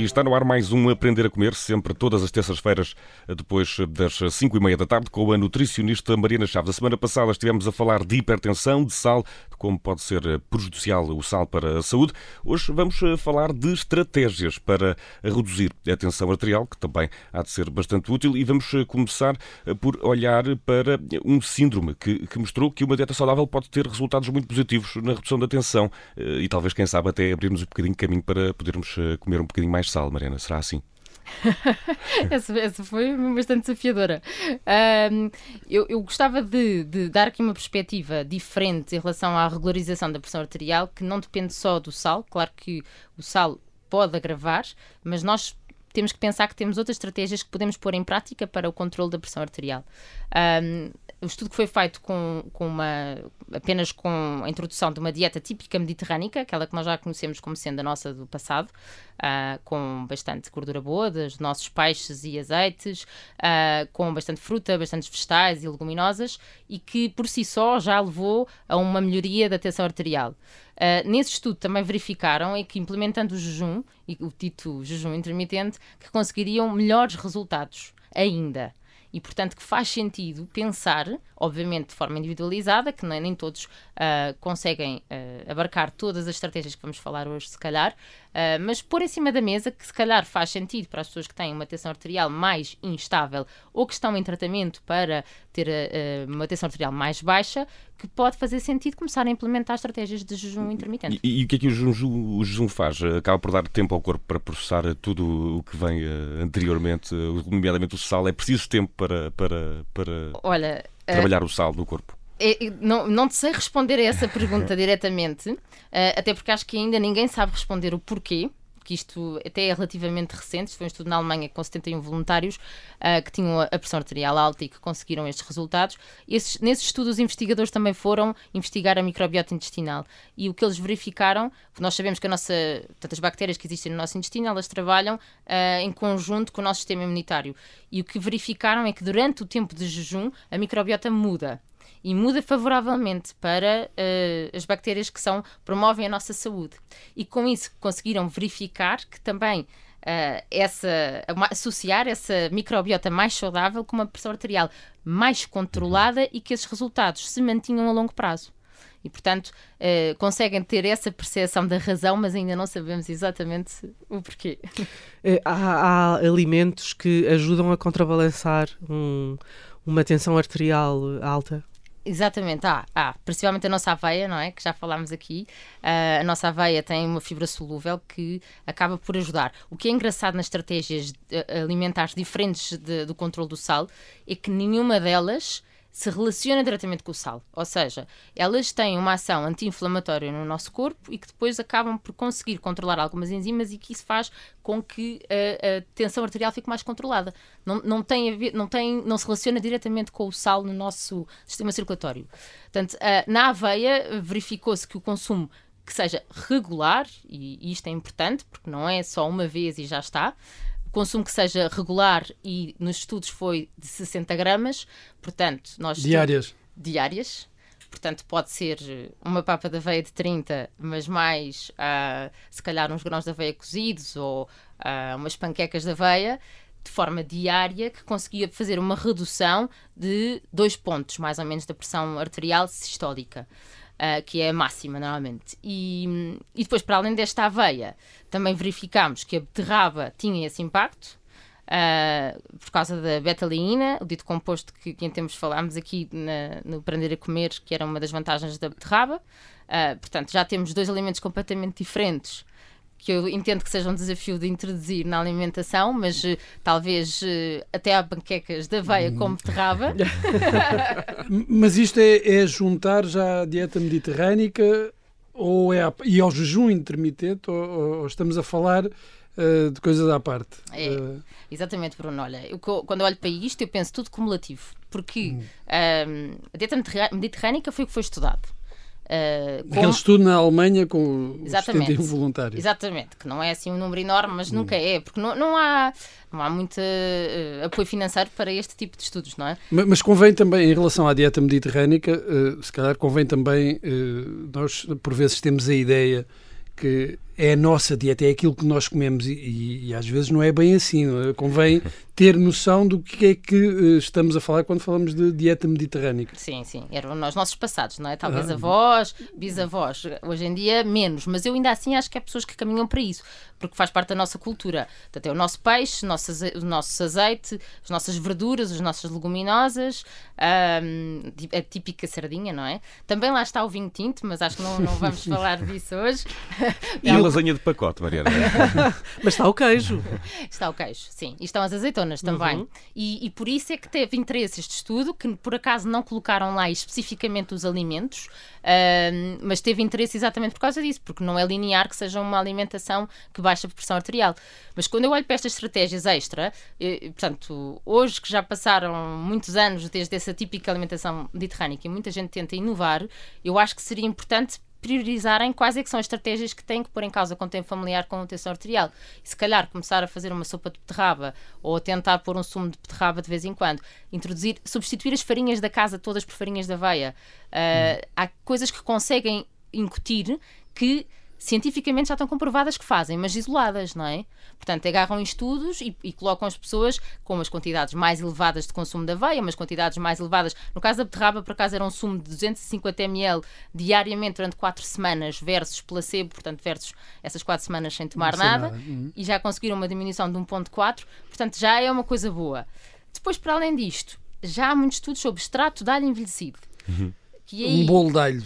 E está no ar mais um Aprender a Comer, sempre todas as terças-feiras, depois das 5h30 da tarde, com a nutricionista Mariana Chaves. A semana passada estivemos a falar de hipertensão, de sal, de como pode ser prejudicial o sal para a saúde. Hoje vamos falar de estratégias para reduzir a tensão arterial, que também há de ser bastante útil, e vamos começar por olhar para um síndrome que mostrou que uma dieta saudável pode ter resultados muito positivos na redução da tensão e talvez, quem sabe, até abrirmos um bocadinho de caminho para podermos comer um bocadinho mais sal. Mariana, será assim? Essa foi bastante desafiadora. Eu gostava de dar aqui uma perspectiva diferente em relação à regularização da pressão arterial, que não depende só do sal. Claro que o sal pode agravar, mas nós temos que pensar que temos outras estratégias que podemos pôr em prática para o controle da pressão arterial. O estudo que foi feito apenas com a introdução de uma dieta típica mediterrânica, aquela que nós já conhecemos como sendo a nossa do passado, com bastante gordura boa, dos nossos peixes e azeites, com bastante fruta, bastantes vegetais e leguminosas, e que por si só já levou a uma melhoria da tensão arterial. Nesse estudo também verificaram que implementando o jejum, e o dito jejum intermitente, que conseguiriam melhores resultados ainda. E, portanto, que faz sentido pensar, obviamente de forma individualizada, que nem todos conseguem abarcar todas as estratégias que vamos falar hoje, se calhar, mas pôr em cima da mesa que se calhar faz sentido para as pessoas que têm uma tensão arterial mais instável ou que estão em tratamento para ter uma tensão arterial mais baixa, que pode fazer sentido começar a implementar estratégias de jejum intermitente. E o que é que o jejum faz? Acaba por dar tempo ao corpo para processar tudo o que vem anteriormente, nomeadamente o sal. É preciso tempo para trabalhar o sal no corpo? Não te sei responder a essa pergunta diretamente, até porque acho que ainda ninguém sabe responder o porquê, porque isto até é relativamente recente. Isto foi um estudo na Alemanha com 71 voluntários que tinham a pressão arterial alta e que conseguiram estes resultados. Nesse estudo, os investigadores também foram investigar a microbiota intestinal, e o que eles verificaram, nós sabemos que as bactérias que existem no nosso intestino, elas trabalham em conjunto com o nosso sistema imunitário, e o que verificaram é que durante o tempo de jejum a microbiota muda. E muda favoravelmente para as bactérias que promovem a nossa saúde. E com isso conseguiram verificar que também associar essa microbiota mais saudável com uma pressão arterial mais controlada e que esses resultados se mantinham a longo prazo. E, portanto, conseguem ter essa percepção da razão, mas ainda não sabemos exatamente o porquê. Há alimentos que ajudam a contrabalançar uma tensão arterial alta? Exatamente, principalmente a nossa aveia, não é? Que já falámos aqui. A nossa aveia tem uma fibra solúvel que acaba por ajudar. O que é engraçado nas estratégias alimentares diferentes do controle do sal é que nenhuma delas se relaciona diretamente com o sal. Ou seja, elas têm uma ação anti-inflamatória no nosso corpo e que depois acabam por conseguir controlar algumas enzimas, e que isso faz com que a tensão arterial fique mais controlada. Não se relaciona diretamente com o sal no nosso sistema circulatório. Portanto, na aveia verificou-se que o consumo que seja regular, e isto é importante porque não é só uma vez e já está, consumo que seja regular, e nos estudos foi de 60 gramas, portanto... Diárias. Portanto, pode ser uma papa de aveia de 30, mas mais, se calhar, uns grãos de aveia cozidos ou umas panquecas de aveia, de forma diária, que conseguia fazer uma redução de 2 pontos, mais ou menos, da pressão arterial sistólica. Que é a máxima, normalmente. E depois, para além desta aveia, também verificámos que a beterraba tinha esse impacto, por causa da betalanina, o dito composto que em tempos falámos aqui no Aprender a Comer, que era uma das vantagens da beterraba. Portanto, já temos 2 alimentos completamente diferentes, que eu entendo que seja um desafio de introduzir na alimentação, mas talvez até há panquecas de aveia com beterraba. Mas isto é juntar já a dieta mediterrânica e ao jejum intermitente, ou estamos a falar de coisas à parte? Exatamente, Bruno. Olha, quando eu olho para isto, eu penso tudo cumulativo, porque a dieta mediterrânica foi o que foi estudado. Aquele estudo na Alemanha com os 71 voluntários. Exatamente, que não é assim um número enorme, mas nunca é, porque não há muito apoio financeiro para este tipo de estudos, não é? Mas convém também, em relação à dieta mediterrânica, se calhar convém também, nós por vezes temos a ideia que é a nossa dieta, é aquilo que nós comemos e às vezes não é bem assim. Não é? Convém ter noção do que é que estamos a falar quando falamos de dieta mediterrânica. Sim, eram os nossos passados, não é? Talvez avós, bisavós, hoje em dia menos, mas eu ainda assim acho que há pessoas que caminham para isso, porque faz parte da nossa cultura. Portanto, é o nosso peixe, o nosso azeite, as nossas verduras, as nossas leguminosas, a típica sardinha, não é? Também lá está o vinho tinto, mas acho que não vamos falar disso hoje. E a lasanha de pacote, Mariana? Mas está o queijo. Está o queijo, sim. E estão as azeitonas também. E por isso é que teve interesse este estudo, que por acaso não colocaram lá especificamente os alimentos, mas teve interesse exatamente por causa disso, porque não é linear que seja uma alimentação que baixa a pressão arterial. Mas quando eu olho para estas estratégias extra, portanto, hoje que já passaram muitos anos desde essa típica alimentação mediterrânica e muita gente tenta inovar, eu acho que seria importante priorizarem quais é que são as estratégias que têm que pôr em causa quando tem familiar com tensão arterial. E se calhar começar a fazer uma sopa de beterraba ou a tentar pôr um sumo de beterraba de vez em quando, substituir as farinhas da casa todas por farinhas de aveia. Há coisas que conseguem incutir que cientificamente já estão comprovadas que fazem, mas isoladas, não é? Portanto, agarram em estudos e colocam as pessoas com as quantidades mais elevadas de consumo de aveia, umas quantidades mais elevadas. No caso da beterraba, por acaso, era um sumo de 250 ml diariamente durante 4 semanas versus placebo, portanto, versus essas 4 semanas sem tomar nada. E já conseguiram uma diminuição de 1,4. Portanto, já é uma coisa boa. Depois, para além disto, já há muitos estudos sobre extrato de alho envelhecido. Um bolo de alho.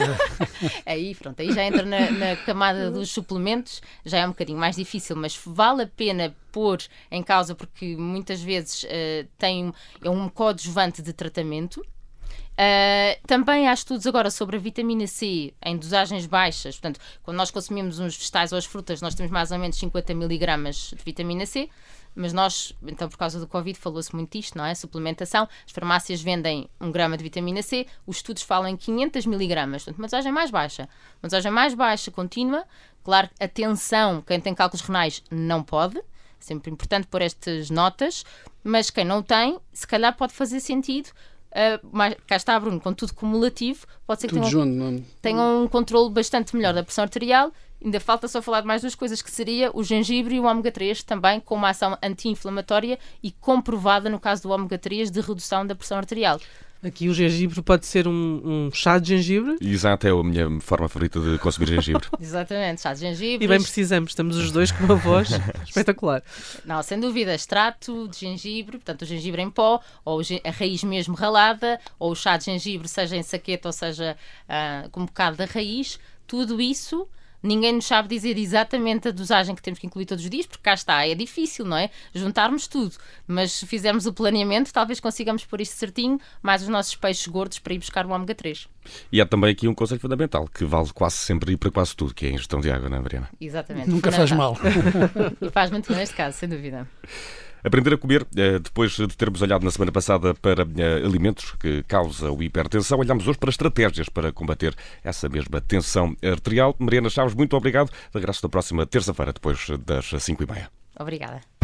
Aí já entra na camada dos suplementos, já é um bocadinho mais difícil, mas vale a pena pôr em causa porque muitas vezes é um coadjuvante de tratamento. Também há estudos agora sobre a vitamina C em dosagens baixas. Portanto, quando nós consumimos uns vegetais ou as frutas, nós temos mais ou menos 50 mg de vitamina C. Mas nós, então por causa do Covid, falou-se muito disto, não é? Suplementação. As farmácias vendem 1 grama de vitamina C, os estudos falam em 500 mg, portanto uma dosagem mais baixa. Uma dosagem mais baixa, contínua. Claro, atenção, quem tem cálculos renais não pode. Sempre importante pôr estas notas. Mas quem não tem, se calhar pode fazer sentido. Cá está, Bruno, com tudo cumulativo, pode ser que tenham um controle bastante melhor da pressão arterial. Ainda falta só falar de mais 2 coisas, que seria o gengibre e o ômega 3, também com uma ação anti-inflamatória e comprovada, no caso do ômega 3, de redução da pressão arterial. Aqui o gengibre pode ser um chá de gengibre. Exato, é a minha forma favorita de consumir gengibre. Exatamente, chá de gengibre. E bem precisamos, estamos os dois com uma voz espetacular. Não, sem dúvida, extrato de gengibre, portanto o gengibre em pó, ou a raiz mesmo ralada, ou o chá de gengibre, seja em saquete ou seja com um bocado da raiz, tudo isso. Ninguém nos sabe dizer exatamente a dosagem que temos que incluir todos os dias, porque cá está, é difícil, não é? Juntarmos tudo. Mas se fizermos o planeamento, talvez consigamos pôr isto certinho, mais os nossos peixes gordos para ir buscar o ômega 3. E há também aqui um conceito fundamental, que vale quase sempre e para quase tudo, que é a ingestão de água, não é, Mariana? Exatamente. Nunca faz mal. E faz muito bem neste caso, sem dúvida. Aprender a comer, depois de termos olhado na semana passada para alimentos que causam hipertensão, olhamos hoje para estratégias para combater essa mesma tensão arterial. Mariana Chaves, muito obrigado. De regresso na próxima terça-feira, depois das 5h30. Obrigada.